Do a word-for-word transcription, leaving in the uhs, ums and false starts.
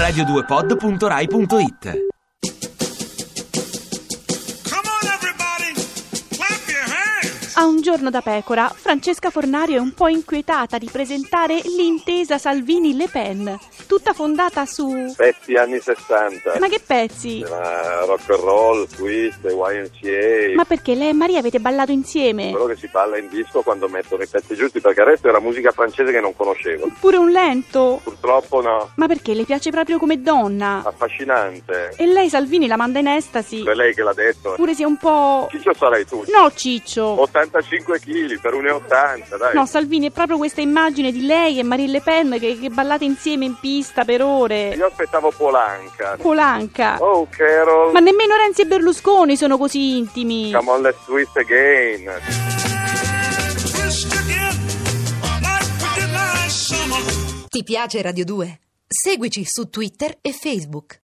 radio due pod punto rai punto it. A un giorno da pecora, Francesca Fornario è un po' inquietata di presentare l'intesa Salvini-Le Pen, tutta fondata su... Pezzi anni sessanta. Ma che pezzi? Era rock and roll, twist, Y M C A. Ma perché lei e Maria avete ballato insieme? Quello che si balla in disco quando mettono i pezzi giusti, perché il resto era musica francese che non conoscevo. Pure un lento? Purtroppo no. Ma perché le piace proprio come donna? Affascinante. E lei Salvini la manda in estasi? È lei che l'ha detto. Pure sia un po'... Ciccio sarai tu. No, Ciccio. ottantacinque chili per uno e ottanta, dai. No, Salvini, è proprio questa immagine di lei e Marine Le Pen che, che ballate insieme in pista per ore. Io aspettavo Polanca. Polanca. Oh, Carol. Ma nemmeno Renzi e Berlusconi sono così intimi. Come on, let's twist again. Ti piace Radio due? Seguici su Twitter e Facebook.